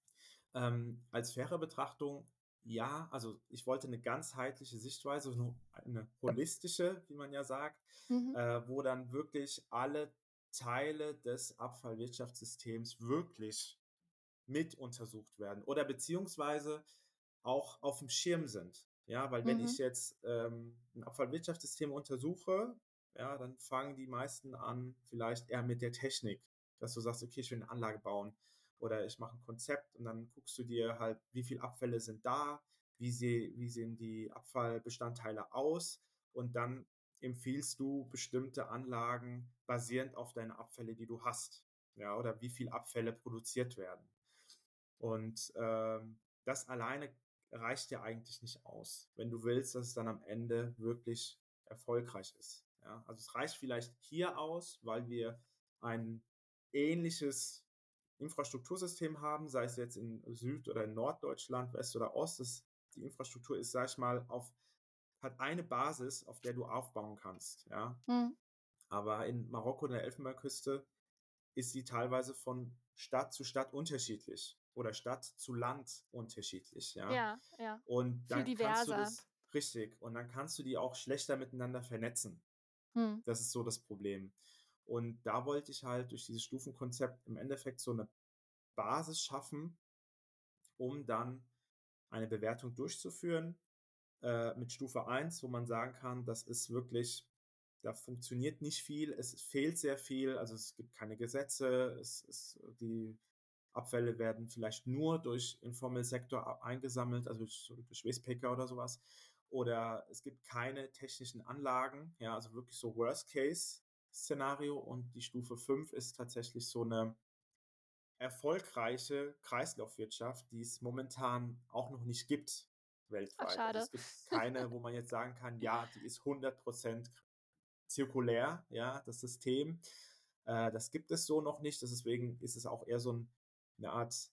Ähm, als faire Betrachtung, ja, also ich wollte eine ganzheitliche Sichtweise, so eine holistische, wie man ja sagt, Mhm. äh, wo dann wirklich alle Teile des Abfallwirtschaftssystems wirklich mit untersucht werden oder beziehungsweise auch auf dem Schirm sind. Ja, weil wenn ich Mhm. jetzt ähm, ein Abfallwirtschaftssystem untersuche, ja, dann fangen die meisten an, vielleicht eher mit der Technik, dass du sagst, okay, ich will eine Anlage bauen oder ich mache ein Konzept und dann guckst du dir halt, wie viele Abfälle sind da, wie, sie, wie sehen die Abfallbestandteile aus und dann empfiehlst du bestimmte Anlagen basierend auf deine Abfälle, die du hast, ja, oder wie viele Abfälle produziert werden. Und ähm, das alleine reicht ja eigentlich nicht aus, wenn du willst, dass es dann am Ende wirklich erfolgreich ist. Ja? Also es reicht vielleicht hier aus, weil wir ein ähnliches Infrastruktursystem haben, sei es jetzt in Süd- oder in Norddeutschland, West oder Ost. Das, die Infrastruktur ist, sag ich mal, auf, hat eine Basis, auf der du aufbauen kannst. Ja? Mhm. Aber in Marokko und der Elfenbeinküste ist sie teilweise von Stadt zu Stadt unterschiedlich oder Stadt zu Land unterschiedlich, ja. Ja, ja. Und Viel dann kannst du diverser. das richtig und dann kannst du die auch schlechter miteinander vernetzen. Mhm. Das ist so das Problem. Und da wollte ich halt durch dieses Stufenkonzept im Endeffekt so eine Basis schaffen, um dann eine Bewertung durchzuführen äh, mit Stufe eins, wo man sagen kann, das ist wirklich, da funktioniert nicht viel, es fehlt sehr viel, also es gibt keine Gesetze, es ist, die Abfälle werden vielleicht nur durch Informal Sektor eingesammelt, also durch, durch Wastepacker oder sowas. Oder es gibt keine technischen Anlagen, ja, also wirklich so Worst-Case-Szenario. Und die Stufe fünf ist tatsächlich so eine erfolgreiche Kreislaufwirtschaft, die es momentan auch noch nicht gibt Ach, weltweit. Also schade. es gibt keine, wo man jetzt sagen kann, ja, die ist hundert Prozent zirkulär, ja, das System. Äh, das gibt es so noch nicht. Deswegen ist es auch eher so ein, eine Art,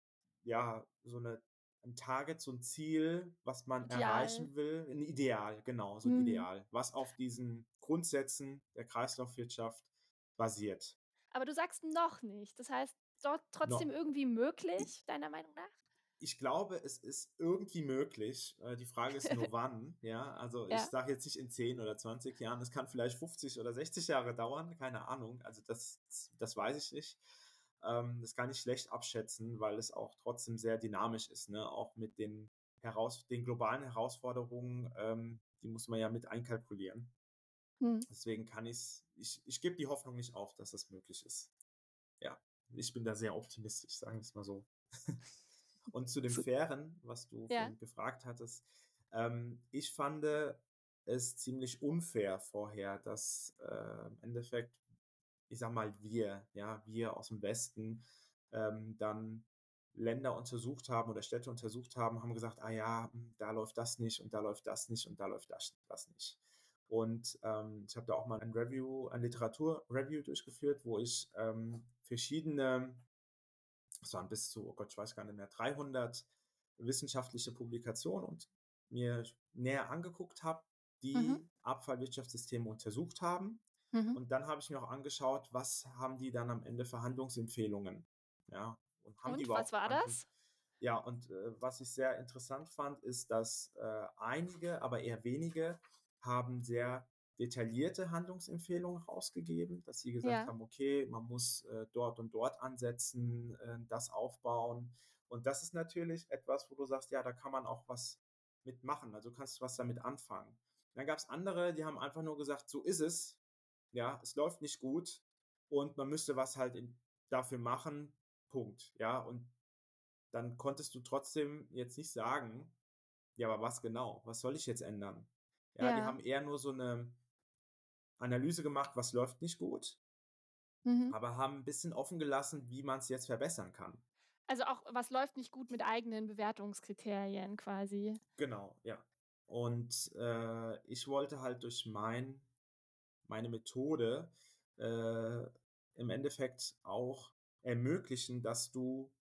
ja, so eine, ein Target, so ein Ziel, was man Ideal. erreichen will. Ein Ideal, genau, so ein Mhm. Ideal, was auf diesen Grundsätzen der Kreislaufwirtschaft basiert. Aber du sagst noch nicht. Das heißt, dort trotzdem No, irgendwie möglich, deiner Meinung nach? ich glaube, es ist irgendwie möglich. Äh, die Frage ist nur wann, ja. Also ich Ja. sage jetzt nicht in zehn oder zwanzig Jahren, es kann vielleicht fünfzig oder sechzig Jahre dauern, keine Ahnung. Also das, das weiß ich nicht. Ähm, das kann ich schlecht abschätzen, weil es auch trotzdem sehr dynamisch ist, ne? Auch mit den heraus, den globalen Herausforderungen, ähm, die muss man ja mit einkalkulieren. Mhm. Deswegen kann ich's, ich, ich gebe die Hoffnung nicht auf, dass das möglich ist. Ja, ich bin da sehr optimistisch, sagen wir es mal so. Und zu dem Su Fairen, was du ja. vorhin gefragt hattest, ähm, ich fand es ziemlich unfair vorher, dass äh, im Endeffekt ich sage mal wir, ja, wir aus dem Westen, ähm, dann Länder untersucht haben oder Städte untersucht haben, haben gesagt: „Ah ja, hm, da läuft das nicht und da läuft das nicht und da läuft das das nicht.“ Und, ähm, ich habe da auch mal ein Review ein Literaturreview durchgeführt, wo ich, ähm, verschiedene es waren bis zu, oh Gott, ich weiß gar nicht mehr, dreihundert wissenschaftliche Publikationen und mir näher angeguckt habe, Mhm. die Abfallwirtschaftssysteme untersucht haben. Mhm. Und dann habe ich mir auch angeschaut, was haben die dann am Ende für Handlungsempfehlungen? Ja, und haben die Und was überhaupt war Handlung? das? Ja, und äh, was ich sehr interessant fand, ist, dass äh, einige, aber eher wenige, haben sehr detaillierte Handlungsempfehlungen rausgegeben, dass sie gesagt Ja, haben, okay, man muss äh, dort und dort ansetzen, äh, das aufbauen. Und das ist natürlich etwas, wo du sagst, ja, da kann man auch was mitmachen. Also du kannst was damit anfangen. Dann gab es andere, die haben einfach nur gesagt, so ist es. Ja, es läuft nicht gut und man müsste was halt in, dafür machen. Punkt. Ja, und dann konntest du trotzdem jetzt nicht sagen: „Ja, aber was genau? Was soll ich jetzt ändern?“ Ja, die ja. haben eher nur so 'ne Analyse gemacht, was läuft nicht gut, Mhm. aber haben 'n bisschen offen gelassen, wie man's jetzt verbessern kann. Also auch, was läuft nicht gut mit eigenen Bewertungskriterien quasi? Genau, ja. Und, äh, ich wollte halt durch mein meine Methode, äh, im Endeffekt auch ermöglichen, dass du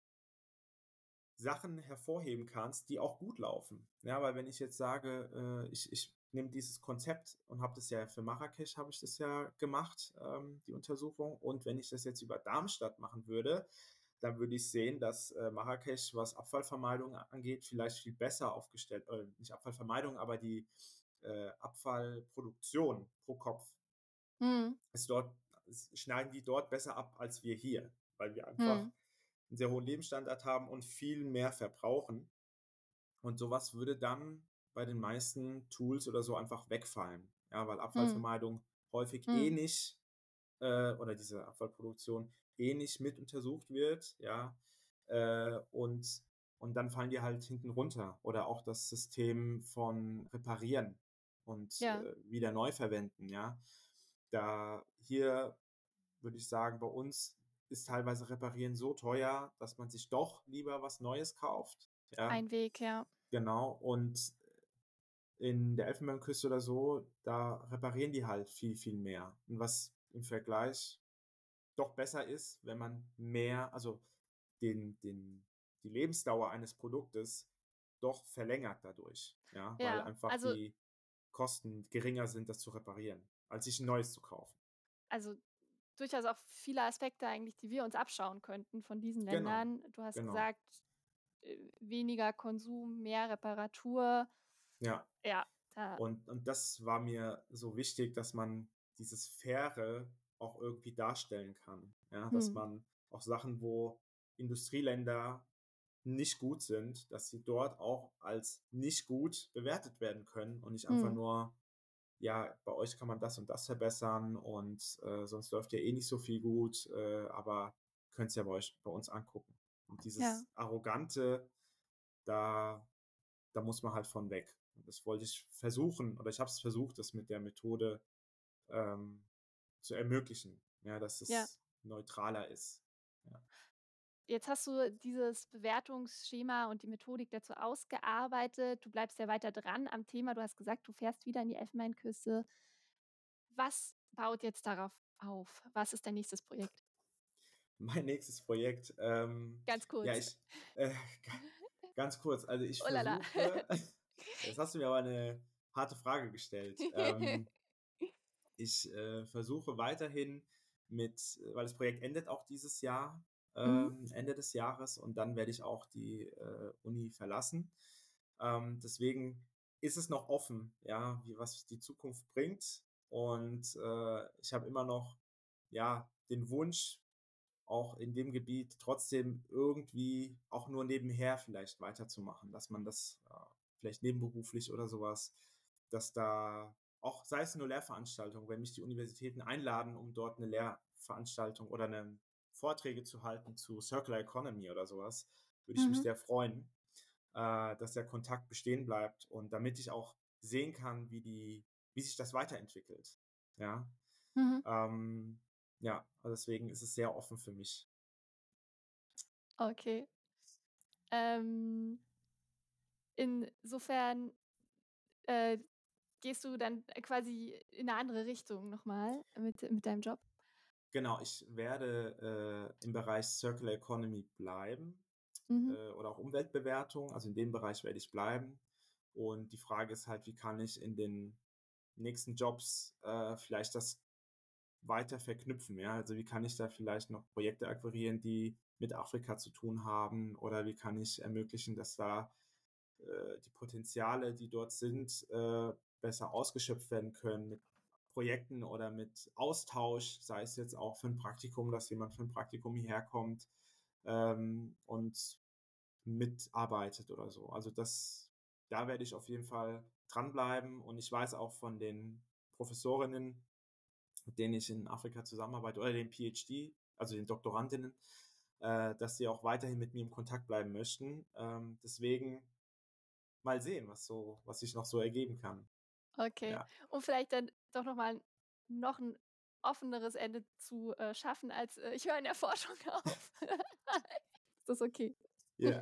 Sachen hervorheben kannst, die auch gut laufen. Ja, weil wenn ich jetzt sage, äh, ich ich nehme dieses Konzept und habe das ja für Marrakesch habe ich das ja gemacht, ähm, die Untersuchung. Und wenn ich das jetzt über Darmstadt machen würde, dann würde ich sehen, dass, äh, Marrakesch, was Abfallvermeidung angeht, vielleicht viel besser aufgestellt äh, nicht Abfallvermeidung, aber die, äh, Abfallproduktion pro Kopf Mhm. ist dort s schneiden die dort besser ab als wir hier, weil wir einfach Mhm. 'n sehr hohen Lebensstandard haben und viel mehr verbrauchen. Und sowas würde dann bei den meisten Tools oder so einfach wegfallen. Ja, weil Mhm. Abfallvermeidung häufig eh Mhm. nicht äh, oder diese Abfallproduktion eh nicht mit untersucht wird, ja, äh, und und dann fallen die halt hinten runter. Oder auch das System von Reparieren und, Ja, äh, wieder neu verwenden, ja. Da hier würde ich sagen, bei uns ist teilweise Reparieren so teuer, dass man sich doch lieber was Neues kauft, ja, ein Weg, ja. genau. Und in der Elfenbeinküste oder so, da reparieren die halt viel, viel mehr. Und was im Vergleich doch besser ist, wenn man mehr, also den, den, die Lebensdauer eines Produktes doch verlängert dadurch, ja, weil Ja, einfach also die Kosten geringer sind, das zu reparieren, als sich ein neues zu kaufen. also durchaus auch viele Aspekte eigentlich, die wir uns abschauen könnten von diesen Genau, Ländern. Du hast genau. gesagt, äh, weniger Konsum, mehr Reparatur. Ja. Ja, da Und und das war mir so wichtig, dass man dieses Faire auch irgendwie darstellen kann. Ja, dass mhm. man auch Sachen, wo Industrieländer nicht gut sind, dass sie dort auch als nicht gut bewertet werden können und nicht einfach Mhm. nur: „Ja, bei euch kann man das und das verbessern und, äh, sonst läuft ja eh nicht so viel gut, äh, aber könnt's ja bei euch bei uns angucken.“ Und Ja, dieses Arrogante, da da muss man halt von weg. Und das wollte ich versuchen oder ich habe es versucht, das mit der Methode, ähm, zu ermöglichen, ja, dass ja. es neutraler ist. Ja. Jetzt hast du dieses Bewertungsschema und die Methodik dazu ausgearbeitet. Du bleibst ja weiter dran am Thema. Du hast gesagt, du fährst wieder in die Elfenbeinküste. Was baut jetzt darauf auf? Was ist dein nächstes Projekt? Mein nächstes Projekt, ähm, Ganz ja, kurz. ich äh, ga ganz kurz, also ich Oh la la. versuche jetzt hast du mir aber eine harte Frage gestellt. Ähm, ich, äh, versuche weiterhin mit weil das Projekt endet auch dieses Jahr, Mhm, ähm, Ende des Jahres und dann werde ich auch die, äh, Uni verlassen. Ähm, deswegen ist es noch offen, ja, wie was die Zukunft bringt. Und, äh, ich habe immer noch, ja, den Wunsch, auch in dem Gebiet trotzdem irgendwie auch nur nebenher vielleicht weiterzumachen, dass man das, äh, vielleicht nebenberuflich oder sowas, dass da auch sei es nur Lehrveranstaltungen, wenn mich die Universitäten einladen, um dort eine Lehrveranstaltung oder 'ne Vorträge zu halten zu Circular Economy oder sowas, würde ich mich mhm, sehr freuen, äh, dass der Kontakt bestehen bleibt und damit ich auch sehen kann, wie die wie sich das weiterentwickelt, ja? mhm. Ähm ja, also deswegen ist es sehr offen für mich. Okay. Ähm, insofern äh, gehst du dann quasi in eine andere Richtung nochmal mit, mit deinem Job? Genau, ich werde äh, im Bereich Circular Economy bleiben Mhm. äh, oder auch Umweltbewertung. Also in dem Bereich werde ich bleiben. Und die Frage ist halt, wie kann ich in den nächsten Jobs äh, vielleicht das weiter verknüpfen? Ja? Also wie kann ich da vielleicht noch Projekte akquirieren, die mit Afrika zu tun haben? Oder wie kann ich ermöglichen, dass da äh, die Potenziale, die dort sind, äh, besser ausgeschöpft werden können mit Projekten oder mit Austausch, sei es jetzt auch für ein Praktikum, dass jemand für ein Praktikum hierher kommt ähm, und mitarbeitet oder so. Also das, da werde ich auf jeden Fall dranbleiben und ich weiß auch von den Professorinnen, mit denen ich in Afrika zusammenarbeite oder den PhD, also den Doktorandinnen, äh, dass sie auch weiterhin mit mir im Kontakt bleiben möchten. Ähm, deswegen mal sehen, was so, was sich noch so ergeben kann. Okay. Ja. Um vielleicht dann doch nochmal noch ein offeneres Ende zu äh, schaffen, als äh, ich höre in der Forschung auf. Ist das okay? Ja.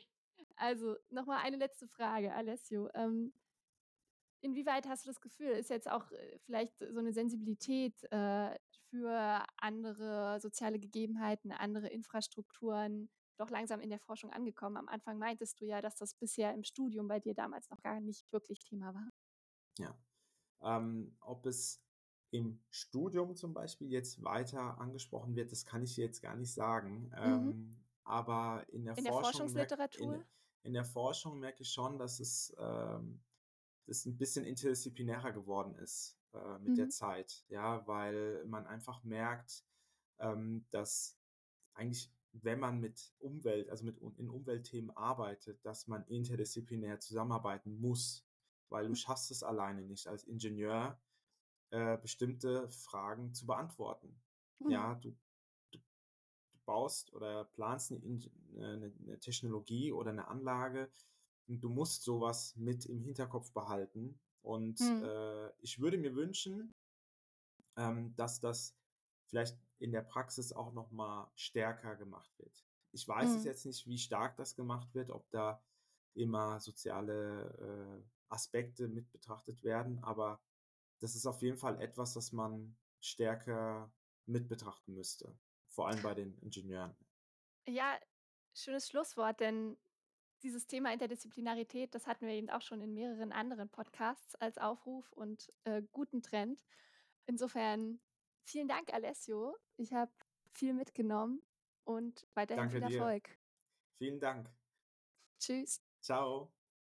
Also nochmal eine letzte Frage, Alessio. Ähm, inwieweit hast du das Gefühl, ist jetzt auch äh, vielleicht so eine Sensibilität äh, für andere soziale Gegebenheiten, andere Infrastrukturen doch langsam in der Forschung angekommen? Am Anfang meintest du ja, dass das bisher im Studium bei dir damals noch gar nicht wirklich Thema war. Ja. Ähm, ob es im Studium zum Beispiel jetzt weiter angesprochen wird, das kann ich jetzt gar nicht sagen. Mhm. Ähm, aber in der In der Forschung merk, in, Forschungsliteratur? in der Forschung merke ich schon, dass es ähm, das ein bisschen interdisziplinärer geworden ist äh, mit der Mhm. Zeit. Ja, weil man einfach merkt, ähm, dass eigentlich, wenn man mit Umwelt, also mit in Umweltthemen arbeitet, dass man interdisziplinär zusammenarbeiten muss, weil du schaffst es alleine nicht als Ingenieur, äh, bestimmte Fragen zu beantworten. Mhm. Ja, du, du, du baust oder planst eine, eine, eine Technologie oder eine Anlage und du musst sowas mit im Hinterkopf behalten. Und Mhm. äh, ich würde mir wünschen, ähm, dass das vielleicht in der Praxis auch noch mal stärker gemacht wird. Ich weiß es Mhm. jetzt nicht, wie stark das gemacht wird, ob da immer soziale äh, Aspekte mit betrachtet werden, aber das ist auf jeden Fall etwas, das man stärker mit betrachten müsste, vor allem bei den Ingenieuren. Ja, schönes Schlusswort, denn dieses Thema Interdisziplinarität, das hatten wir eben auch schon in mehreren anderen Podcasts als Aufruf und äh, guten Trend. Insofern vielen Dank, Alessio. Ich habe viel mitgenommen und weiterhin Danke viel dir. Erfolg. Vielen Dank. Tschüss. Ciao.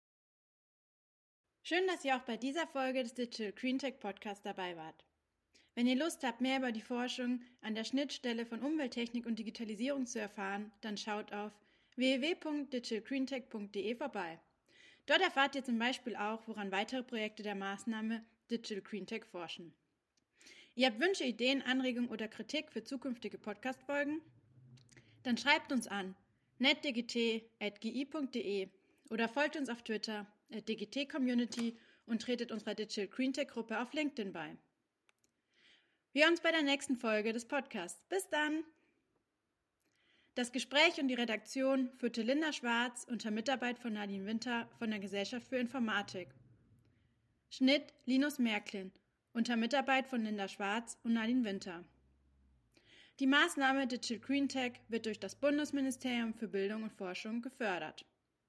Schön, dass ihr auch bei dieser Folge des Digital Green Tech Podcast dabei wart. Wenn ihr Lust habt, mehr über die Forschung an der Schnittstelle von Umwelttechnik und Digitalisierung zu erfahren, dann schaut auf w w w punkt digital green tech punkt d e vorbei. Dort erfahrt ihr zum Beispiel auch, woran weitere Projekte der Maßnahme Digital Green Tech forschen. Ihr habt Wünsche, Ideen, Anregungen oder Kritik für zukünftige Podcast-Folgen? Dann schreibt uns an netdigit at g i punkt d e oder folgt uns auf Twitter at digitcommunity und tretet unserer Digital Green Tech Gruppe auf LinkedIn bei. Wir hören uns bei der nächsten Folge des Podcasts. Bis dann! Das Gespräch und die Redaktion führte Linda Schwarz unter Mitarbeit von Nadine Winter von der Gesellschaft für Informatik. Schnitt Linus Märklin unter Mitarbeit von Linda Schwarz und Nadine Winter. Die Maßnahme Digital Green Tech wird durch das Bundesministerium für Bildung und Forschung gefördert.